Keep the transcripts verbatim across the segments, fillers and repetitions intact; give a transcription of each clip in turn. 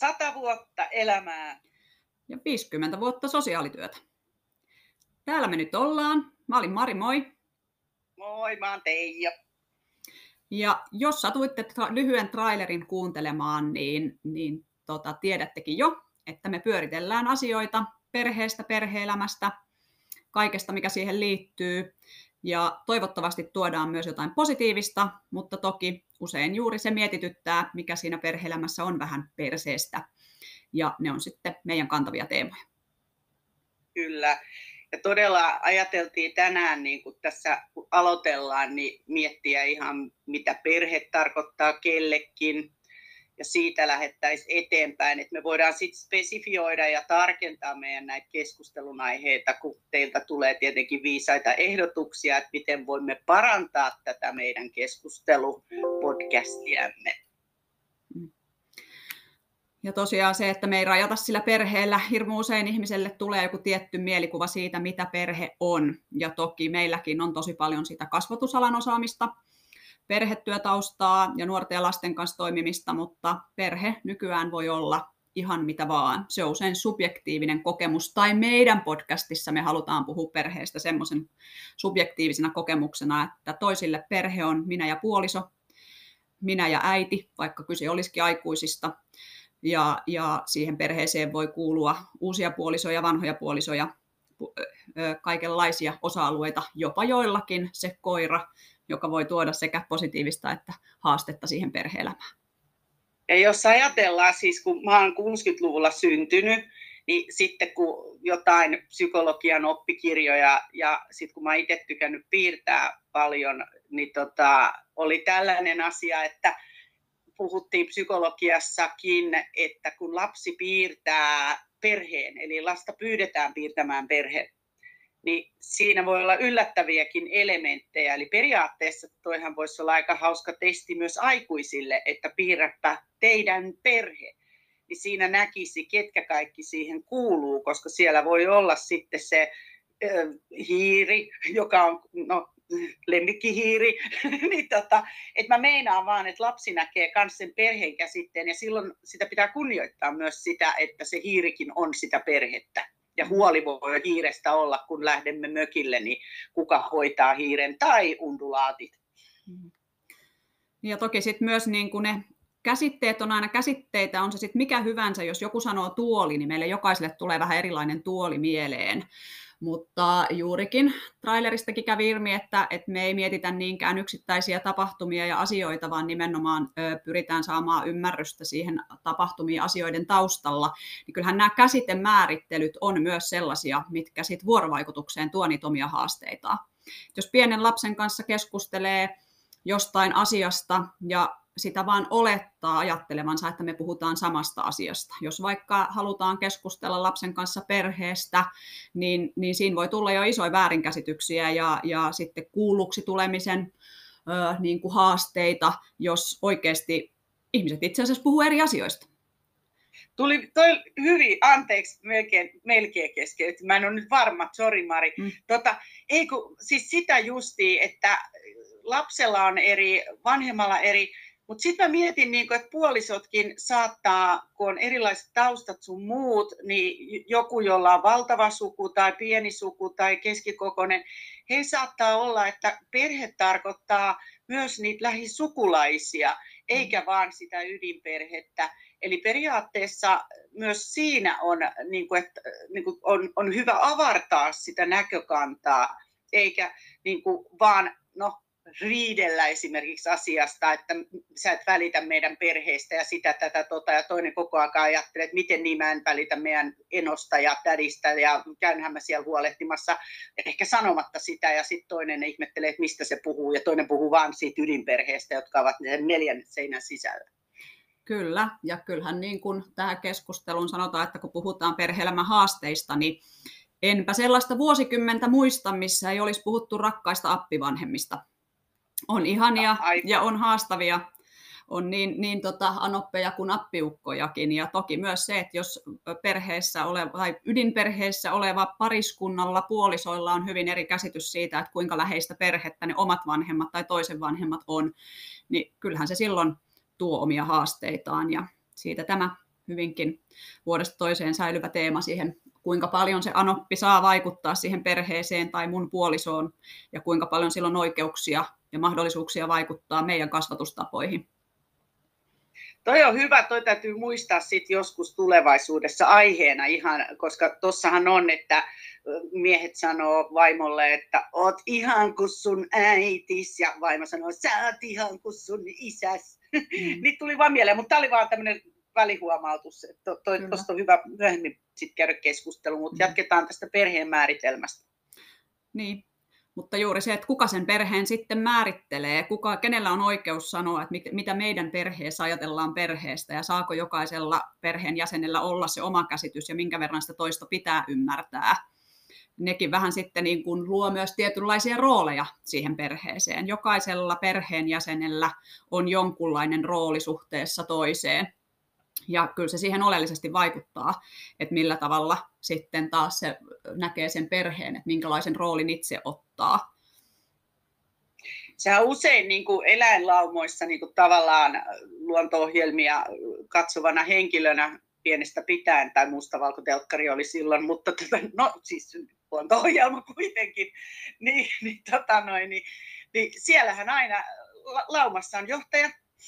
sata vuotta elämää. Ja viisikymmentä vuotta sosiaalityötä. Täällä me nyt ollaan. Mä olin Mari, moi. Moi, mä oon Teija. Ja jos satuitte tra- lyhyen trailerin kuuntelemaan, niin, niin tota, tiedättekin jo, että me pyöritellään asioita perheestä, perhe-elämästä, kaikesta mikä siihen liittyy. Ja toivottavasti tuodaan myös jotain positiivista, mutta toki usein juuri se mietityttää, mikä siinä perhe-elämässä on vähän perseestä. Ja ne on sitten meidän kantavia teemoja. Kyllä. Ja todella ajateltiin tänään, niin kun tässä kun aloitellaan, niin miettiä ihan mitä perhe tarkoittaa kellekin. Ja siitä lähdettäisiin eteenpäin, että me voidaan sitten spesifioida ja tarkentaa meidän näitä keskustelun aiheita, kun teiltä tulee tietenkin viisaita ehdotuksia, että miten voimme parantaa tätä meidän keskustelupodcastiamme. Ja tosiaan se, että me ei rajata sillä perheellä, hirmu usein ihmiselle tulee joku tietty mielikuva siitä, mitä perhe on. Ja toki meilläkin on tosi paljon sitä kasvatusalan osaamista, perhetyötaustaa ja nuorten ja lasten kanssa toimimista, mutta perhe nykyään voi olla ihan mitä vaan. Se on usein subjektiivinen kokemus, tai meidän podcastissa me halutaan puhua perheestä semmoisen subjektiivisena kokemuksena, että toisille perhe on minä ja puoliso, minä ja äiti, vaikka kyse olisikin aikuisista, ja, ja siihen perheeseen voi kuulua uusia puolisoja, vanhoja puolisoja, kaikenlaisia osa-alueita, jopa joillakin se koira, joka voi tuoda sekä positiivista että haastetta siihen perhe-elämään. Ja jos ajatellaan siis, kun mä oon kuusikymmentäluvulla syntynyt, niin sitten kun jotain psykologian oppikirjoja ja sitten kun mä itse tykännyt piirtää paljon, niin tota, oli tällainen asia, että puhuttiin psykologiassakin, että kun lapsi piirtää perheen, eli lasta pyydetään piirtämään perhe, niin siinä voi olla yllättäviäkin elementtejä. Eli periaatteessa toihan voisi olla aika hauska testi myös aikuisille, että piirräpä teidän perhe. Niin siinä näkisi, ketkä kaikki siihen kuuluu, koska siellä voi olla sitten se äh, hiiri, joka on no, lemmikkihiiri. niin tota, että mä meinaan vaan, että lapsi näkee myös sen perheen käsitteen ja silloin sitä pitää kunnioittaa myös sitä, että se hiirikin on sitä perhettä. Ja huoli voi hiirestä olla, kun lähdemme mökille, niin kuka hoitaa hiiren tai undulaatit. Ja toki sitten myös niin kuin ne käsitteet on aina käsitteitä, on se sitten mikä hyvänsä. Jos joku sanoo tuoli, niin meille jokaiselle tulee vähän erilainen tuoli mieleen. Mutta juurikin traileristakin kävi ilmi, että, että me ei mietitä niinkään yksittäisiä tapahtumia ja asioita, vaan nimenomaan ö, pyritään saamaan ymmärrystä siihen tapahtumien asioiden taustalla. Niin kyllähän nämä käsitemäärittelyt on myös sellaisia, mitkä sit vuorovaikutukseen tuo niitä omia haasteita. Jos pienen lapsen kanssa keskustelee jostain asiasta ja sitä vaan olettaa ajattelevansa, että me puhutaan samasta asiasta. Jos vaikka halutaan keskustella lapsen kanssa perheestä, niin, niin siinä voi tulla jo isoja väärinkäsityksiä ja, ja sitten kuulluksi tulemisen ö, niin kuin haasteita, jos oikeasti ihmiset itse asiassa puhuu eri asioista. Tuli toi hyvin, anteeksi, melkein, melkein keskeytin. Mä en ole nyt varma, sori Mari. Mm. Tota, ei kun, siis sitä justiin, että lapsella on eri, vanhemmalla eri. Mutta sitten mä mietin, niin että puolisotkin saattaa, kun on erilaiset taustat sun muut, niin joku, jolla on valtava suku tai pieni suku tai keskikokoinen, he saattaa olla, että perhe tarkoittaa myös niitä lähisukulaisia, eikä vaan sitä ydinperhettä. Eli periaatteessa myös siinä on, niin kuin, että, niin kuin on, on hyvä avartaa sitä näkökantaa, eikä niin kuin vaan, no, riidellä esimerkiksi asiasta, että sä et välitä meidän perheestä ja sitä, tätä, tota, ja toinen koko ajan ajattelee, että miten niin mä en välitä meidän enosta ja tädistä, ja käynhän mä siellä huolehtimassa, ehkä sanomatta sitä, ja sitten toinen ihmettelee, että mistä se puhuu, ja toinen puhuu vaan siitä ydinperheestä, jotka ovat neljännet seinän sisällä. Kyllä, ja kyllähän niin kuin tähän keskusteluun sanotaan, että kun puhutaan perhe-elämän haasteista, niin enpä sellaista vuosikymmentä muista, missä ei olisi puhuttu rakkaista appivanhemmista. On ihania Aivan. ja on haastavia, on niin, niin tota anoppeja kuin appiukkojakin. Ja toki myös se, että jos perheessä oleva, tai ydinperheessä oleva pariskunnalla, puolisoilla on hyvin eri käsitys siitä, että kuinka läheistä perhettä ne omat vanhemmat tai toisen vanhemmat on, niin kyllähän se silloin tuo omia haasteitaan. Ja siitä tämä hyvinkin vuodesta toiseen säilyvä teema siihen, kuinka paljon se anoppi saa vaikuttaa siihen perheeseen tai mun puolisoon ja kuinka paljon sillä on oikeuksia ja mahdollisuuksia vaikuttaa meidän kasvatustapoihin. Toi on hyvä, toi täytyy muistaa sit joskus tulevaisuudessa aiheena ihan, koska tossahan on, että miehet sanoo vaimolle, että oot ihan kuin sun äitis, ja vaimo sanoo, sä oot ihan kuin sun isäs. Mm. Niin tuli vaan mieleen, mutta tää oli vaan tämmönen välihuomautus, että tuosta on hyvä myöhemmin sit käydä keskustelua, mutta mm. jatketaan tästä perheen määritelmästä. Niin. Mutta juuri se, että kuka sen perheen sitten määrittelee, kuka, kenellä on oikeus sanoa, että mit, mitä meidän perheessä ajatellaan perheestä ja saako jokaisella perheen jäsenellä olla se oma käsitys ja minkä verran sitä toista pitää ymmärtää. Nekin vähän sitten niin kuin luo myös tietynlaisia rooleja siihen perheeseen. Jokaisella perheenjäsenellä on jonkunlainen rooli suhteessa toiseen. Ja kyllä se siihen oleellisesti vaikuttaa, että millä tavalla sitten taas se näkee sen perheen, että minkälaisen roolin itse ottaa. Sehän usein niin kuin eläinlaumoissa niin kuin tavallaan luonto-ohjelmia katsovana henkilönä pienestä pitäen, tai mustavalkotelkkari oli silloin, mutta tota, no siis luonto-ohjelma kuitenkin, niin, niin, tota noin, niin, niin siellähän aina laumassa on johtaja.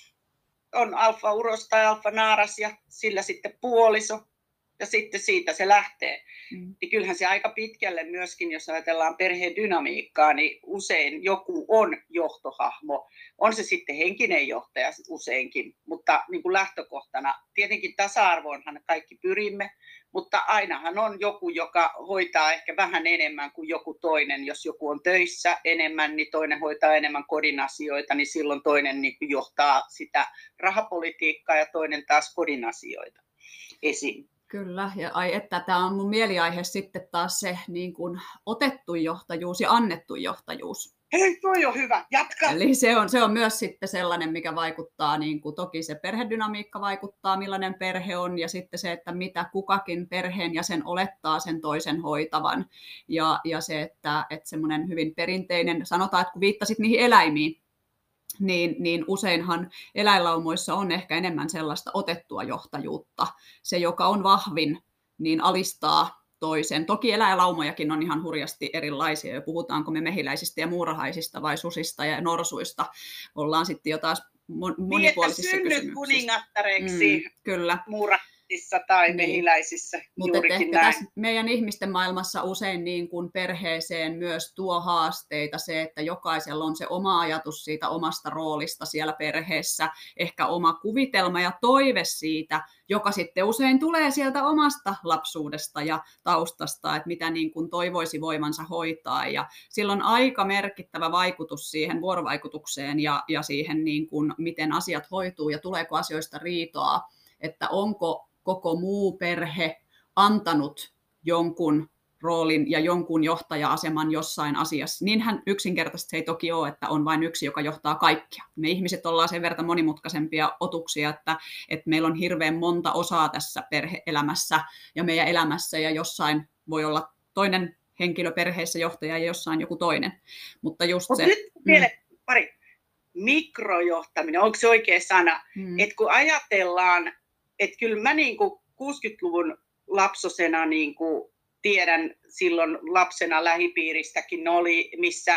On alfa-uros tai alfa-naaras ja sillä sitten puoliso ja sitten siitä se lähtee. Mm. Niin kyllähän se aika pitkälle myöskin, jos ajatellaan perheen dynamiikkaa, niin usein joku on johtohahmo. On se sitten henkinen johtaja useinkin, mutta niin kuin lähtökohtana tietenkin tasa-arvoonhan kaikki pyrimme, mutta ainahan on joku, joka hoitaa ehkä vähän enemmän kuin joku toinen. Jos joku on töissä enemmän, niin toinen hoitaa enemmän kodin asioita, niin silloin toinen niin johtaa sitä rahapolitiikkaa ja toinen taas kodin asioita esiin. Kyllä, ja ai että tämä on mun mieliaihe sitten taas se niin kuin otettu johtajuus ja annettu johtajuus. Hei, toi on hyvä, jatka! Eli se on, se on myös sitten sellainen, mikä vaikuttaa, niin kuin toki se perhedynamiikka vaikuttaa, millainen perhe on, ja sitten se, että mitä kukakin perheenjäsen olettaa sen toisen hoitavan. Ja, ja se, että, että semmoinen hyvin perinteinen, sanotaan, että kun viittasit niihin eläimiin, Niin, niin useinhan eläinlaumoissa on ehkä enemmän sellaista otettua johtajuutta. Se, joka on vahvin, niin alistaa toisen. Toki eläinlaumojakin on ihan hurjasti erilaisia. Puhutaanko me mehiläisistä ja muurahaisista vai susista ja norsuista. Ollaan sitten jo taas monipuolisissa niin, että synnyt kuningattareiksi mm, kyllä. muurahaisissa tai niin. mehiläisissä. Mutta ehkä näin. Tässä meidän ihmisten maailmassa usein niin kuin perheeseen myös tuo haasteita se, että jokaisella on se oma ajatus siitä omasta roolista siellä perheessä, ehkä oma kuvitelma ja toive siitä, joka sitten usein tulee sieltä omasta lapsuudesta ja taustasta, että mitä niin kuin toivoisi voimansa hoitaa. Ja sillä on aika merkittävä vaikutus siihen vuorovaikutukseen ja, ja siihen, niin kuin, miten asiat hoituu ja tuleeko asioista riitoa, että onko koko muu perhe antanut jonkun roolin ja jonkun johtaja-aseman jossain asiassa. Niinhän yksinkertaisesti se ei toki ole, että on vain yksi, joka johtaa kaikkia. Me ihmiset ollaan sen verran monimutkaisempia otuksia, että, että meillä on hirveän monta osaa tässä perhe-elämässä ja meidän elämässä, ja jossain voi olla toinen henkilö perheessä johtaja ja jossain joku toinen. Mutta just Mut se... Nyt vielä mm. pari. Mikrojohtaminen, onko se oikea sana? Mm. Että kun ajatellaan, että kyllä mä niin kuin kuusikymmentäluvun lapsosena niin kuin tiedän silloin lapsena lähipiiristäkin oli, missä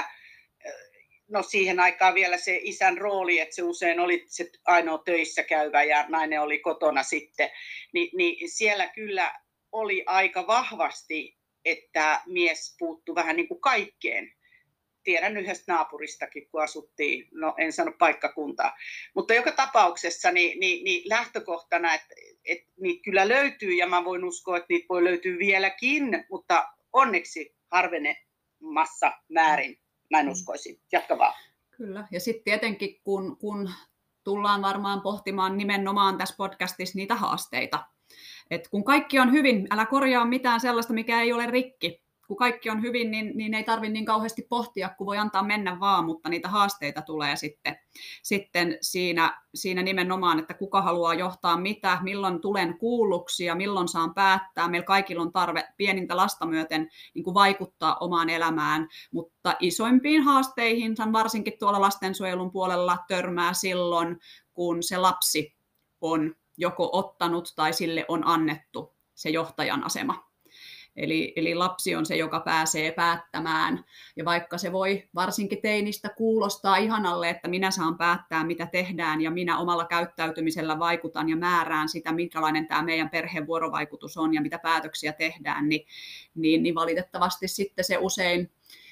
no siihen aikaan vielä se isän rooli, että se usein oli se ainoa töissä käyvä ja nainen oli kotona sitten, Ni, niin siellä kyllä oli aika vahvasti, että mies puuttui vähän niin kuin kaikkeen. Tiedän yhdestä naapuristakin, kun asuttiin, no en sano paikkakuntaa, mutta joka tapauksessa niin, niin, niin lähtökohtana, että, että niitä kyllä löytyy ja mä voin uskoa, että niitä voi löytyä vieläkin, mutta onneksi harvenemassa määrin, näin uskoisin. Jatka vaan. Kyllä, ja sitten tietenkin kun, kun tullaan varmaan pohtimaan nimenomaan tässä podcastissa niitä haasteita, että kun kaikki on hyvin, älä korjaa mitään sellaista, mikä ei ole rikki. Kun kaikki on hyvin, niin, niin ei tarvitse niin kauheasti pohtia, kun voi antaa mennä vaan, mutta niitä haasteita tulee sitten, sitten siinä, siinä nimenomaan, että kuka haluaa johtaa mitä, milloin tulen kuulluksi ja milloin saan päättää. Meillä kaikilla on tarve pienintä lasta myöten niin kuin vaikuttaa omaan elämään, mutta isoimpiin haasteihin varsinkin tuolla lastensuojelun puolella törmää silloin, kun se lapsi on joko ottanut tai sille on annettu se johtajan asema. Eli, eli lapsi on se, joka pääsee päättämään. Ja vaikka se voi varsinkin teinistä kuulostaa ihanalle, että minä saan päättää, mitä tehdään, ja minä omalla käyttäytymisellä vaikutan ja määrään sitä, minkälainen tämä meidän perheen vuorovaikutus on ja mitä päätöksiä tehdään, niin, niin, niin valitettavasti sitten se usein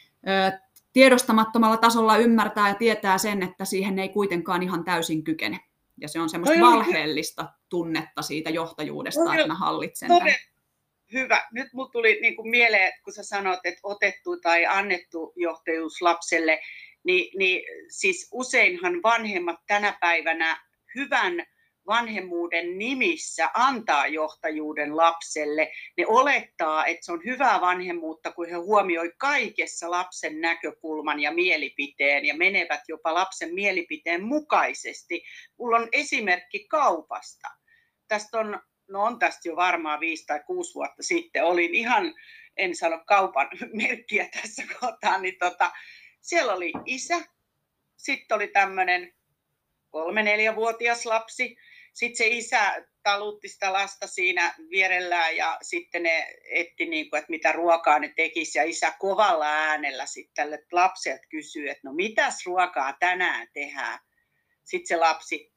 ö, tiedostamattomalla tasolla ymmärtää ja tietää sen, että siihen ei kuitenkaan ihan täysin kykene. Ja se on semmoista valheellista tunnetta siitä johtajuudesta, että mä hallitsen tämän. Hyvä. Nyt mulle tuli niin kuin mieleen, kun sä sanot, että otettu tai annettu johtajuus lapselle, niin, niin siis useinhan vanhemmat tänä päivänä hyvän vanhemmuuden nimissä antaa johtajuuden lapselle. Ne olettaa, että se on hyvää vanhemmuutta, kun he huomioi kaikessa lapsen näkökulman ja mielipiteen ja menevät jopa lapsen mielipiteen mukaisesti. Mulla on esimerkki kaupasta. Tästä on No on tästä jo varmaan viisi tai kuusi vuotta sitten, olin ihan, en sano kaupan merkkiä tässä kohtaa, niin tota, siellä oli isä, sitten oli tämmöinen kolme-neljävuotias lapsi, sitten se isä talutti sitä lasta siinä vierellään ja sitten ne etti, niin kuin, että mitä ruokaa ne tekisi, ja isä kovalla äänellä sitten tälle lapselta kysyi, että no mitäs ruokaa tänään tehdään. Sitten se lapsi,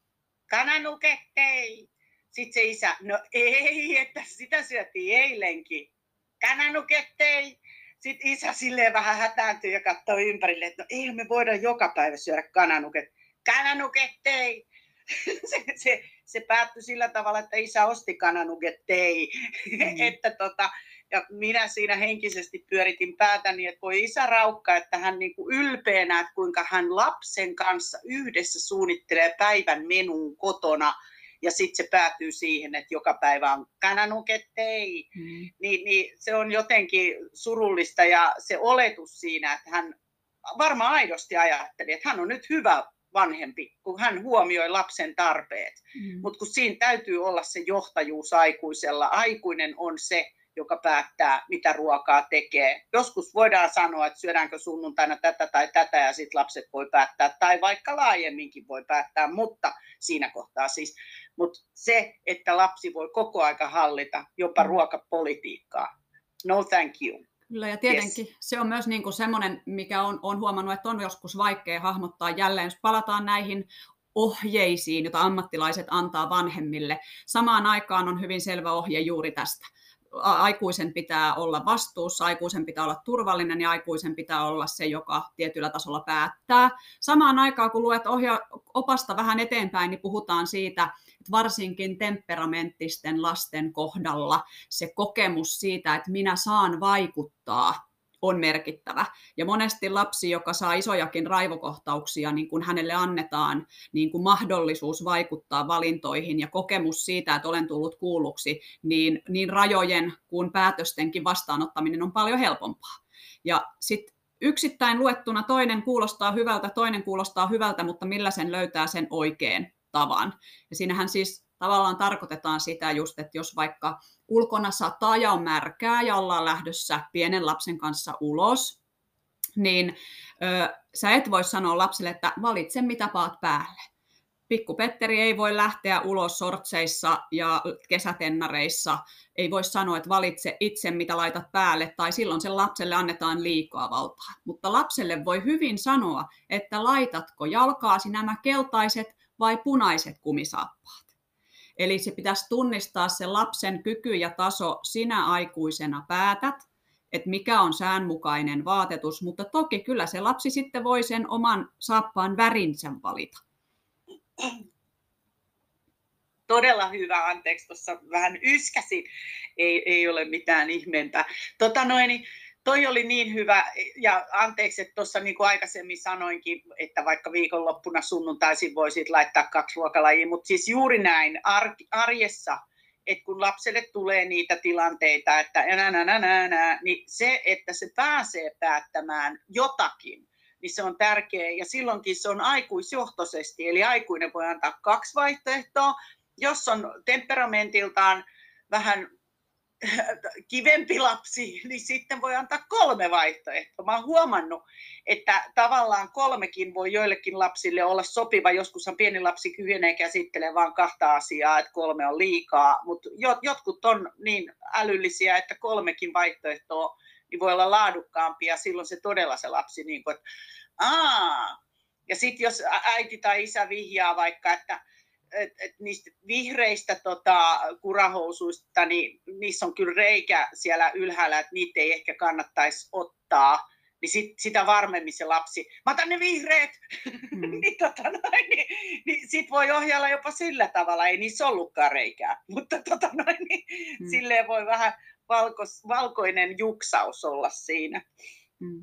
kananukettei. Sitten se isä, no ei, että sitä syötiin eilenkin. Kananukettei. Sitten isä silleen vähän hätääntyi ja katsoi ympärille, että no ei me voida joka päivä syödä kananuket. Kananukettei. Se, se, se päättyi sillä tavalla, että isä osti kananukettei. Mm. että tota, ja minä siinä henkisesti pyöritin päätäni, että voi isä raukka, että hän niin kuin ylpeänä, että kuinka hän lapsen kanssa yhdessä suunnittelee päivän menuun kotona. Ja sitten se päätyy siihen, että joka päivä on kananukettei. Mm. Niin, niin se on jotenkin surullista ja se oletus siinä, että hän varmaan aidosti ajatteli, että hän on nyt hyvä vanhempi, kun hän huomioi lapsen tarpeet. Mm. Mutta kun siinä täytyy olla se johtajuus aikuisella. Aikuinen on se, joka päättää, mitä ruokaa tekee. Joskus voidaan sanoa, että syödäänkö sunnuntaina tätä tai tätä, ja sitten lapset voi päättää, tai vaikka laajemminkin voi päättää, mutta siinä kohtaa siis. Mutta se, että lapsi voi koko aika hallita jopa ruokapolitiikkaa. No thank you. Kyllä, ja tietenkin yes. Se on myös niin kuin semmoinen, mikä on, on huomannut, että on joskus vaikea hahmottaa jälleen, jos palataan näihin ohjeisiin, joita ammattilaiset antaa vanhemmille. Samaan aikaan on hyvin selvä ohje juuri tästä. Aikuisen pitää olla vastuussa, aikuisen pitää olla turvallinen ja aikuisen pitää olla se, joka tietyllä tasolla päättää. Samaan aikaan, kun luet ohja- opasta vähän eteenpäin, niin puhutaan siitä, että varsinkin temperamenttisten lasten kohdalla se kokemus siitä, että minä saan vaikuttaa, on merkittävä. Ja monesti lapsi, joka saa isojakin raivokohtauksia, niin kun hänelle annetaan niin kun mahdollisuus vaikuttaa valintoihin ja kokemus siitä, että olen tullut kuulluksi, niin, niin rajojen kuin päätöstenkin vastaanottaminen on paljon helpompaa. Ja sitten yksittäin luettuna toinen kuulostaa hyvältä, toinen kuulostaa hyvältä, mutta millä sen löytää sen oikean tavan. Ja siinähän siis tavallaan tarkoitetaan sitä just, että jos vaikka ulkona sataa ja on märkää ja ollaan lähdössä pienen lapsen kanssa ulos, niin ö, sä et voi sanoa lapselle, että valitse mitä paat päälle. Pikku Petteri ei voi lähteä ulos sortseissa ja kesätennareissa, ei voi sanoa, että valitse itse mitä laitat päälle, tai silloin sen lapselle annetaan liikaa valtaa. Mutta lapselle voi hyvin sanoa, että laitatko jalkaasi nämä keltaiset vai punaiset kumisaappaat. Eli se pitäisi tunnistaa se lapsen kyky ja taso, sinä aikuisena päätät, että mikä on säänmukainen vaatetus, mutta toki kyllä se lapsi sitten voi sen oman saappaan värinsä valita. Todella hyvä, anteeksi, tuossa vähän yskäsin, ei, ei ole mitään ihmeempää. Tota noin, toi oli niin hyvä, ja anteeksi, että tuossa niin kuin aikaisemmin sanoinkin, että vaikka viikonloppuna sunnuntaisin voisit laittaa kaksi ruokalajia, mutta siis juuri näin arjessa, että kun lapselle tulee niitä tilanteita, että nä, nä, nä, nä, nä, niin se, että se pääsee päättämään jotakin, niin se on tärkeää, ja silloinkin se on aikuisjohtoisesti, eli aikuinen voi antaa kaksi vaihtoehtoa, jos on temperamentiltaan vähän kivempi lapsi, niin sitten voi antaa kolme vaihtoehtoa. Mä oon huomannut, että tavallaan kolmekin voi joillekin lapsille olla sopiva. Joskushan pieni lapsi kykenee käsittelemään vain kahta asiaa, että kolme on liikaa, mutta jotkut on niin älyllisiä, että kolmekin vaihtoehtoa niin voi olla laadukkaampia. Silloin se todella se lapsi, niin kuin, että aah. Ja sitten jos äiti tai isä vihjaa vaikka, että et, et niistä vihreistä tota, kurahousuista, niin niissä on kyllä reikä siellä ylhäällä, että niitä ei ehkä kannattaisi ottaa. Niin sit, sitä varmemmin se lapsi, mä otan ne vihreät, mm. niin, tota, noin, niin, niin sit voi ohjailla jopa sillä tavalla, ei niissä ollutkaan reikää, mutta tota, noin, niin, mm. silleen voi vähän valkos, valkoinen juksaus olla siinä. Mm.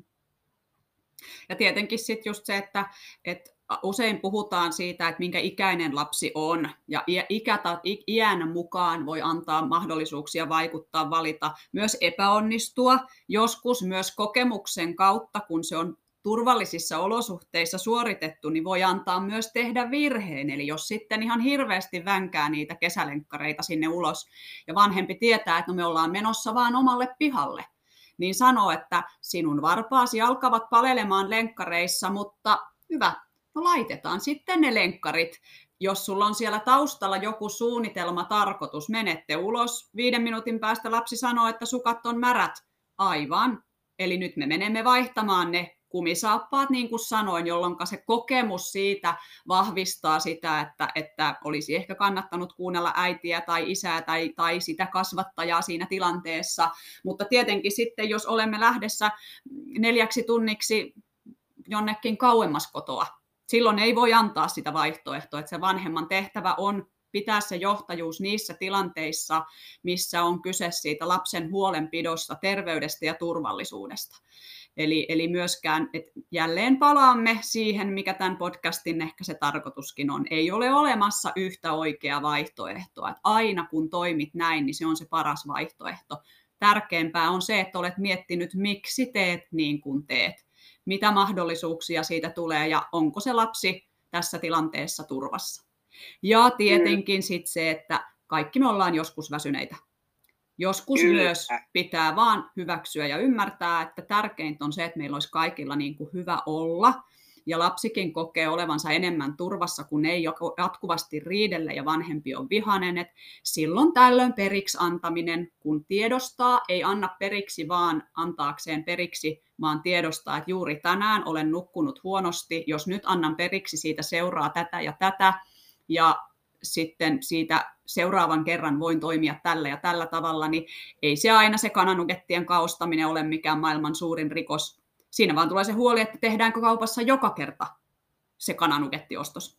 Ja tietenkin sitten just se, että, että usein puhutaan siitä, että minkä ikäinen lapsi on, ja ikä, iän mukaan voi antaa mahdollisuuksia vaikuttaa, valita, myös epäonnistua, joskus myös kokemuksen kautta, kun se on turvallisissa olosuhteissa suoritettu, niin voi antaa myös tehdä virheen. Eli jos sitten ihan hirveästi vänkää niitä kesälenkkareita sinne ulos, ja vanhempi tietää, että no me ollaan menossa vaan omalle pihalle, niin sanoo, että sinun varpaasi alkavat palelemaan lenkkareissa, mutta hyvä, no laitetaan sitten ne lenkkarit. Jos sulla on siellä taustalla joku suunnitelma, tarkoitus, menette ulos, viiden minuutin päästä lapsi sanoo, että sukat on märät. Aivan. Eli nyt me menemme vaihtamaan ne kumisaappaat, niin kuin sanoin, jolloin se kokemus siitä vahvistaa sitä, että, että olisi ehkä kannattanut kuunnella äitiä tai isää tai, tai sitä kasvattajaa siinä tilanteessa. Mutta tietenkin sitten, jos olemme lähdössä neljäksi tunniksi jonnekin kauemmas kotoa, silloin ei voi antaa sitä vaihtoehtoa, että se vanhemman tehtävä on pitää se johtajuus niissä tilanteissa, missä on kyse siitä lapsen huolenpidosta, terveydestä ja turvallisuudesta. Eli, eli myöskään, että jälleen palaamme siihen, mikä tämän podcastin ehkä se tarkoituskin on. Ei ole olemassa yhtä oikeaa vaihtoehtoa. Että aina kun toimit näin, niin se on se paras vaihtoehto. Tärkeämpää on se, että olet miettinyt, miksi teet niin kuin teet. Mitä mahdollisuuksia siitä tulee ja onko se lapsi tässä tilanteessa turvassa. Ja tietenkin sitten se, että kaikki me ollaan joskus väsyneitä. Joskus Kyllä. myös pitää vaan hyväksyä ja ymmärtää, että tärkeintä on se, että meillä olisi kaikilla niin kuin hyvä olla. Ja lapsikin kokee olevansa enemmän turvassa, kun ei jatkuvasti riidellä ja vanhempi on vihainen. Et silloin tällöin periksi antaminen, kun tiedostaa, ei anna periksi vaan antaakseen periksi, vaan tiedostaa, että juuri tänään olen nukkunut huonosti. Jos nyt annan periksi, siitä seuraa tätä ja tätä. Ja sitten siitä seuraavan kerran voin toimia tällä ja tällä tavalla, niin ei se aina se kananukettien kaostaminen ole mikään maailman suurin rikos. Siinä vaan tulee se huoli, että tehdäänkö kaupassa joka kerta se kananugettiostos.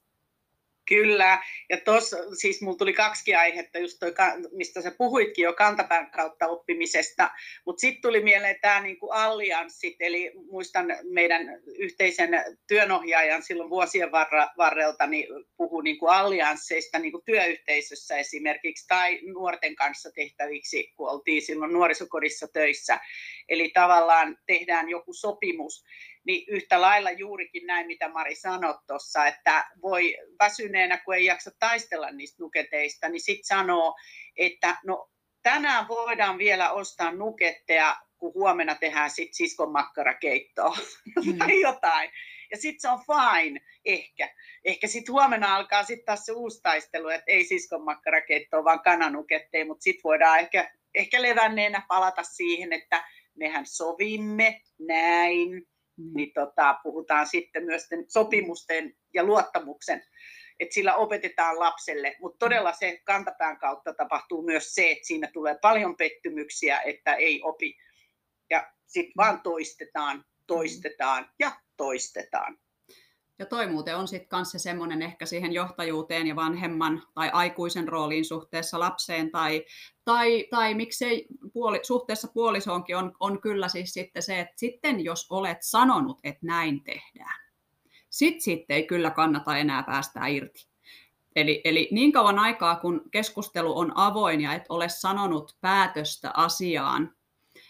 Kyllä, ja tuossa siis mulla tuli kaksi aihetta, just toi, mistä sä puhuitkin jo kantapään kautta oppimisesta, mutta sitten tuli mieleen tämä niinku allianssit, eli muistan meidän yhteisen työnohjaajan silloin vuosien varra, varrelta niin puhui niinku alliansseista niinku työyhteisössä esimerkiksi, tai nuorten kanssa tehtäviksi, kun oltiin silloin nuorisokodissa töissä, eli tavallaan tehdään joku sopimus. Niin yhtä lailla juurikin näin, mitä Mari sanoi tuossa, että voi väsyneenä, kun ei jaksa taistella niistä nuketeista, niin sitten sanoo, että no tänään voidaan vielä ostaa nuketteja, kun huomenna tehdään sitten siskon makkarakeittoa mm. tai jotain. Ja sitten se on fine, ehkä. Ehkä sitten huomenna alkaa sitten taas se uusi taistelu, että ei siskon makkarakeittoa, vaan kananuketteja, mutta sitten voidaan ehkä, ehkä levänneenä palata siihen, että mehän sovimme näin. Niin tota, puhutaan sitten myös sopimusten ja luottamuksen, että sillä opetetaan lapselle, mutta todella se kantapään kautta tapahtuu myös se, että siinä tulee paljon pettymyksiä, että ei opi ja sitten vaan toistetaan, toistetaan ja toistetaan. Ja toi muuten on sitten kanssa semmoinen ehkä siihen johtajuuteen ja vanhemman tai aikuisen rooliin suhteessa lapseen tai, tai, tai miksei puoli, suhteessa puolisoonkin on, on kyllä siis sitten se, että sitten jos olet sanonut, että näin tehdään, sitten sit ei kyllä kannata enää päästää irti. Eli, eli niin kauan aikaa, kun keskustelu on avoin ja et ole sanonut päätöstä asiaan,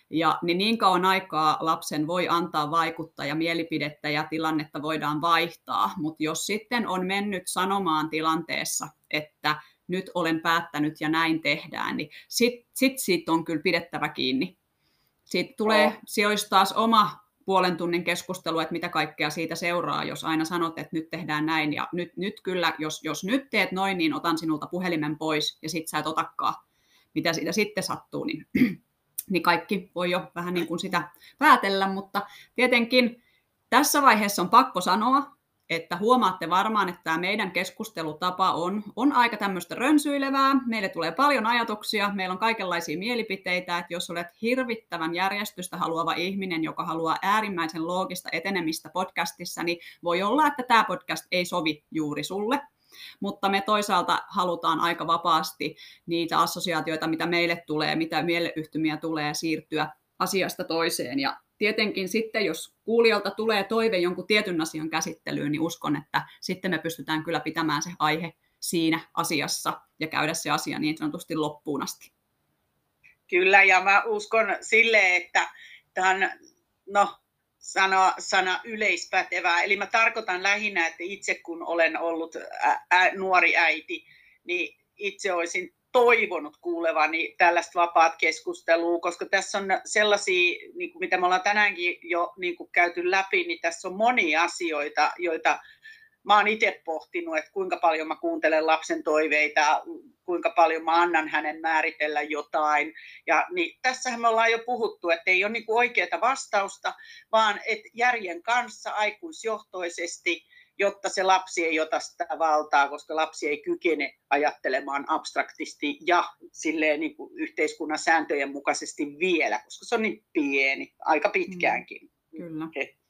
Ja niin, niin kauan aikaa lapsen voi antaa vaikuttaa ja mielipidettä ja tilannetta voidaan vaihtaa, mutta jos sitten on mennyt sanomaan tilanteessa, että nyt olen päättänyt ja näin tehdään, niin sitten sit siitä on kyllä pidettävä kiinni. Siitä tulee, oh. se olisi taas oma puolen tunnin keskustelu, että mitä kaikkea siitä seuraa, jos aina sanot, että nyt tehdään näin ja nyt, nyt kyllä, jos, jos nyt teet noin, niin otan sinulta puhelimen pois ja sit sä et otakaan, mitä siitä sitten sattuu, niin, niin kaikki voi jo vähän niin kuin sitä päätellä, mutta tietenkin tässä vaiheessa on pakko sanoa, että huomaatte varmaan, että tämä meidän keskustelutapa on, on aika tämmöistä rönsyilevää. Meille tulee paljon ajatuksia, meillä on kaikenlaisia mielipiteitä, että jos olet hirvittävän järjestystä haluava ihminen, joka haluaa äärimmäisen loogista etenemistä podcastissa, niin voi olla, että tämä podcast ei sovi juuri sulle. Mutta me toisaalta halutaan aika vapaasti niitä assosiaatioita, mitä meille tulee, mitä mieleyhtymiä tulee, siirtyä asiasta toiseen. Ja tietenkin sitten, jos kuulijalta tulee toive jonkun tietyn asian käsittelyyn, niin uskon, että sitten me pystytään kyllä pitämään se aihe siinä asiassa ja käydä se asia niin sanotusti loppuun asti. Kyllä, ja mä uskon sille, että tämän, no, sana, sana yleispätevää. Eli mä tarkoitan lähinnä, että itse kun olen ollut ä, ä, nuori äiti, niin itse olisin toivonut kuulevani tällaista vapaat keskustelua, koska tässä on sellaisia, niin kuin mitä me ollaan tänäänkin jo niin kuin käyty läpi, niin tässä on monia asioita, joita mä oon itse pohtinut, että kuinka paljon mä kuuntelen lapsen toiveita, kuinka paljon mä annan hänen määritellä jotain. Ja niin tässähän me ollaan jo puhuttu, että ei ole niin kuin oikeaa vastausta, vaan että järjen kanssa aikuisjohtoisesti, jotta se lapsi ei ota sitä valtaa, koska lapsi ei kykene ajattelemaan abstraktisti ja silleen niin kuin yhteiskunnan sääntöjen mukaisesti vielä, koska se on niin pieni, aika pitkäänkin. Kyllä.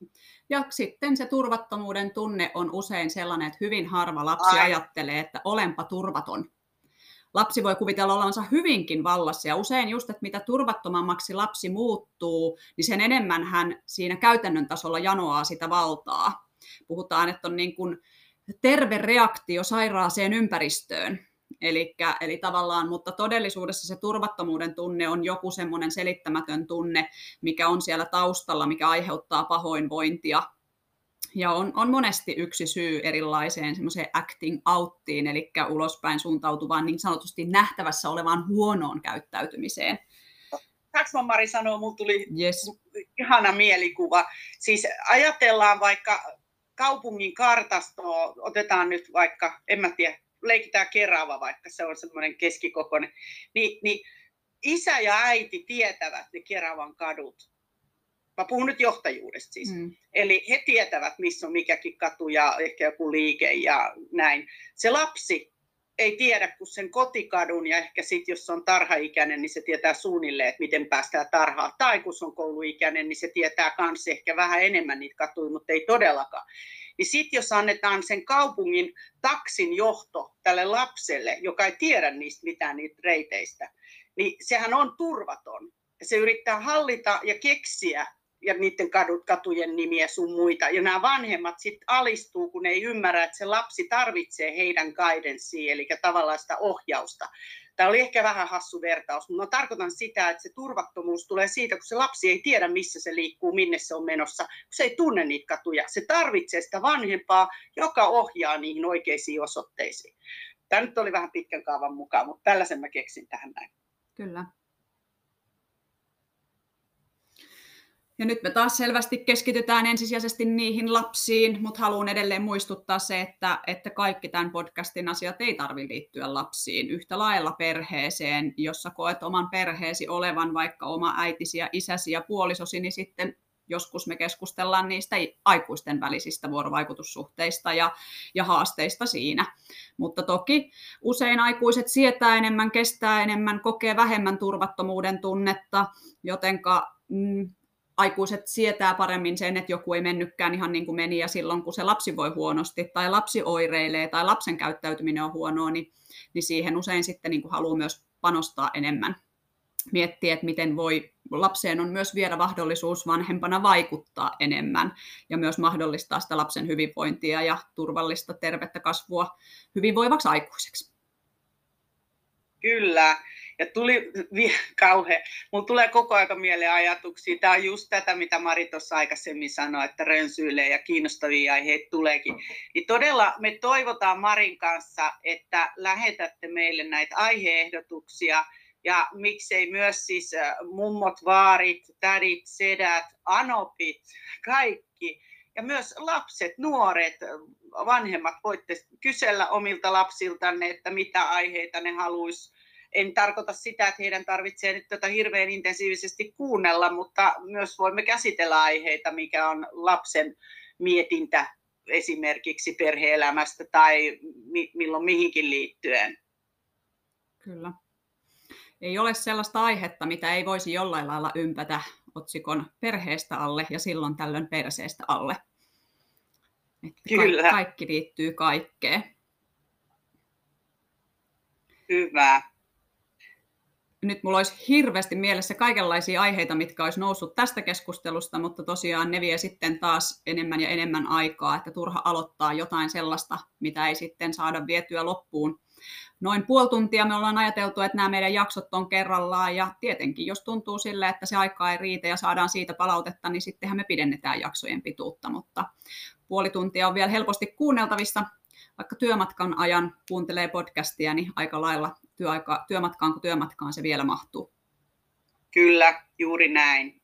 Ja sitten se turvattomuuden tunne on usein sellainen, että hyvin harva lapsi Ai. ajattelee, että olenpa turvaton. Lapsi voi kuvitella olevansa hyvinkin vallassa ja usein just, että mitä turvattomammaksi lapsi muuttuu, niin sen enemmän hän siinä käytännön tasolla janoaa sitä valtaa. Puhutaan, että on niin kuin terve reaktio sairaaseen ympäristöön. Elikkä, eli tavallaan, mutta todellisuudessa se turvattomuuden tunne on joku semmoinen selittämätön tunne, mikä on siellä taustalla, mikä aiheuttaa pahoinvointia. Ja on, on monesti yksi syy erilaiseen semmoiseen acting outtiin, eli ulospäin suuntautuvaan niin sanotusti nähtävässä olevaan huonoon käyttäytymiseen. Saanko Mari sanoa, minulla tuli yes. ihana mielikuva. Siis ajatellaan vaikka kaupungin kartastoa, otetaan nyt vaikka, en mä tiedä, leikitään Kerava, vaikka se on semmoinen keskikokoinen, niin, niin isä ja äiti tietävät ne Keravan kadut. Mä puhun nyt johtajuudesta siis. Mm. Eli he tietävät, missä on mikäkin katu ja ehkä joku liike ja näin. Se lapsi ei tiedä kuin sen kotikadun ja ehkä sitten, jos se on tarhaikäinen, niin se tietää suunnilleen, että miten päästään tarhaan. Tai kun se on kouluikäinen, niin se tietää myös ehkä vähän enemmän niitä katuja, mutta ei todellakaan. Niin sitten jos annetaan sen kaupungin taksin johto tälle lapselle, joka ei tiedä niistä mitään niitä reiteistä, niin sehän on turvaton. Se yrittää hallita ja keksiä ja niiden kadut, katujen nimiä sun muita. Ja nämä vanhemmat sitten alistuu, kun ne ei ymmärrä, että se lapsi tarvitsee heidän guidancea, eli tavallaan sitä ohjausta. Tämä oli ehkä vähän hassu vertaus, mutta mä tarkoitan sitä, että se turvattomuus tulee siitä, kun se lapsi ei tiedä, missä se liikkuu, minne se on menossa, kun se ei tunne niitä katuja. Se tarvitsee sitä vanhempaa, joka ohjaa niihin oikeisiin osoitteisiin. Tämä nyt oli vähän pitkän kaavan mukaan, mutta tällaisen mä keksin tähän näin. Kyllä. Ja nyt me taas selvästi keskitytään ensisijaisesti niihin lapsiin, mutta haluan edelleen muistuttaa se, että, että kaikki tämän podcastin asiat ei tarvitse liittyä lapsiin. Yhtä lailla perheeseen, jossa koet oman perheesi olevan vaikka oma äitisi ja isäsi ja puolisosi, niin sitten joskus me keskustellaan niistä aikuisten välisistä vuorovaikutussuhteista ja, ja haasteista siinä. Mutta toki usein aikuiset sietää enemmän, kestää enemmän, kokee vähemmän turvattomuuden tunnetta, jotenka mm, aikuiset sietää paremmin sen, että joku ei mennytkään ihan niin kuin meni, ja silloin kun se lapsi voi huonosti, tai lapsi oireilee, tai lapsen käyttäytyminen on huonoa, niin, niin siihen usein sitten niin kuin haluaa myös panostaa enemmän. Miettiä, että miten voi, lapseen on myös viedä mahdollisuus vanhempana vaikuttaa enemmän, ja myös mahdollistaa sitä lapsen hyvinvointia ja turvallista, tervettä kasvua hyvinvoivaksi aikuiseksi. Kyllä. Ja tuli kauhean. Mulla tulee koko aika mieleen ajatuksia. Tämä on just tätä, mitä Mari tuossa aikaisemmin sanoi, että rönsyilee ja kiinnostavia aiheita tuleekin. Niin todella me toivotaan Marin kanssa, että lähetätte meille näitä aiheehdotuksia. Ja miksei myös siis mummot, vaarit, tädit, sedät, anopit, kaikki. Ja myös lapset, nuoret, vanhemmat voitte kysellä omilta lapsiltanne, että mitä aiheita ne haluaisi. En tarkoita sitä, että heidän tarvitsee nyt tätä hirveän intensiivisesti kuunnella, mutta myös voimme käsitellä aiheita, mikä on lapsen mietintä esimerkiksi perhe-elämästä tai mi- milloin mihinkin liittyen. Kyllä. Ei ole sellaista aihetta, mitä ei voisi jollain lailla ympätä otsikon perheestä alle ja silloin tällöin perseestä alle. Että Kyllä. Ka- kaikki liittyy kaikkeen. Hyvä. Nyt mulla olisi hirveästi mielessä kaikenlaisia aiheita, mitkä olisi noussut tästä keskustelusta, mutta tosiaan ne vie sitten taas enemmän ja enemmän aikaa, että turha aloittaa jotain sellaista, mitä ei sitten saada vietyä loppuun. Noin puoli tuntia me ollaan ajateltu, että nämä meidän jaksot on kerrallaan ja tietenkin, jos tuntuu sille, että se aika ei riitä ja saadaan siitä palautetta, niin sittenhän me pidennetään jaksojen pituutta, mutta puoli tuntia on vielä helposti kuunneltavissa. Vaikka työmatkan ajan kuuntelee podcastia, niin aika lailla työaika, työmatkaan kuin työmatkaan se vielä mahtuu. Kyllä, juuri näin.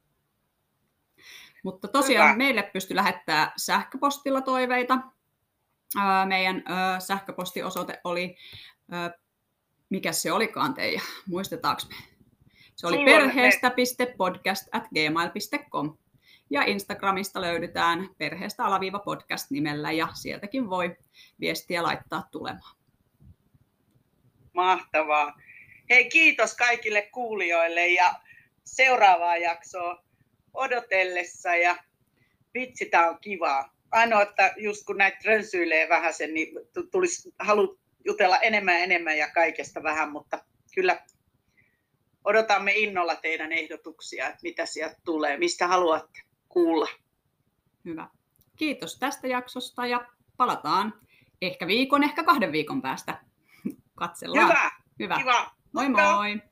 Mutta tosiaan Hyvä. Meille pystyi lähettämään sähköpostilla toiveita. Meidän sähköpostiosoite oli, mikä se olikaan teidän, muistetaanko me? Se oli perheestä piste podcast at gmail piste com. Ja Instagramista löydetään perheestä alaviiva podcast nimellä ja sieltäkin voi viestiä laittaa tulemaan. Mahtavaa. Hei, kiitos kaikille kuulijoille ja seuraavaa jaksoa odotellessa ja vitsi, tää on kivaa. Ainoa, että just kun näitä rönsyilee vähän sen, niin tulisi halu jutella enemmän ja enemmän ja kaikesta vähän, mutta kyllä odotamme innolla teidän ehdotuksia, että mitä sieltä tulee, mistä haluatte kuulla. Hyvä. Kiitos tästä jaksosta ja palataan ehkä viikon, ehkä kahden viikon päästä. Katsellaan. Hyvä. Hyvä. Kiva. Moi Moikka. moi.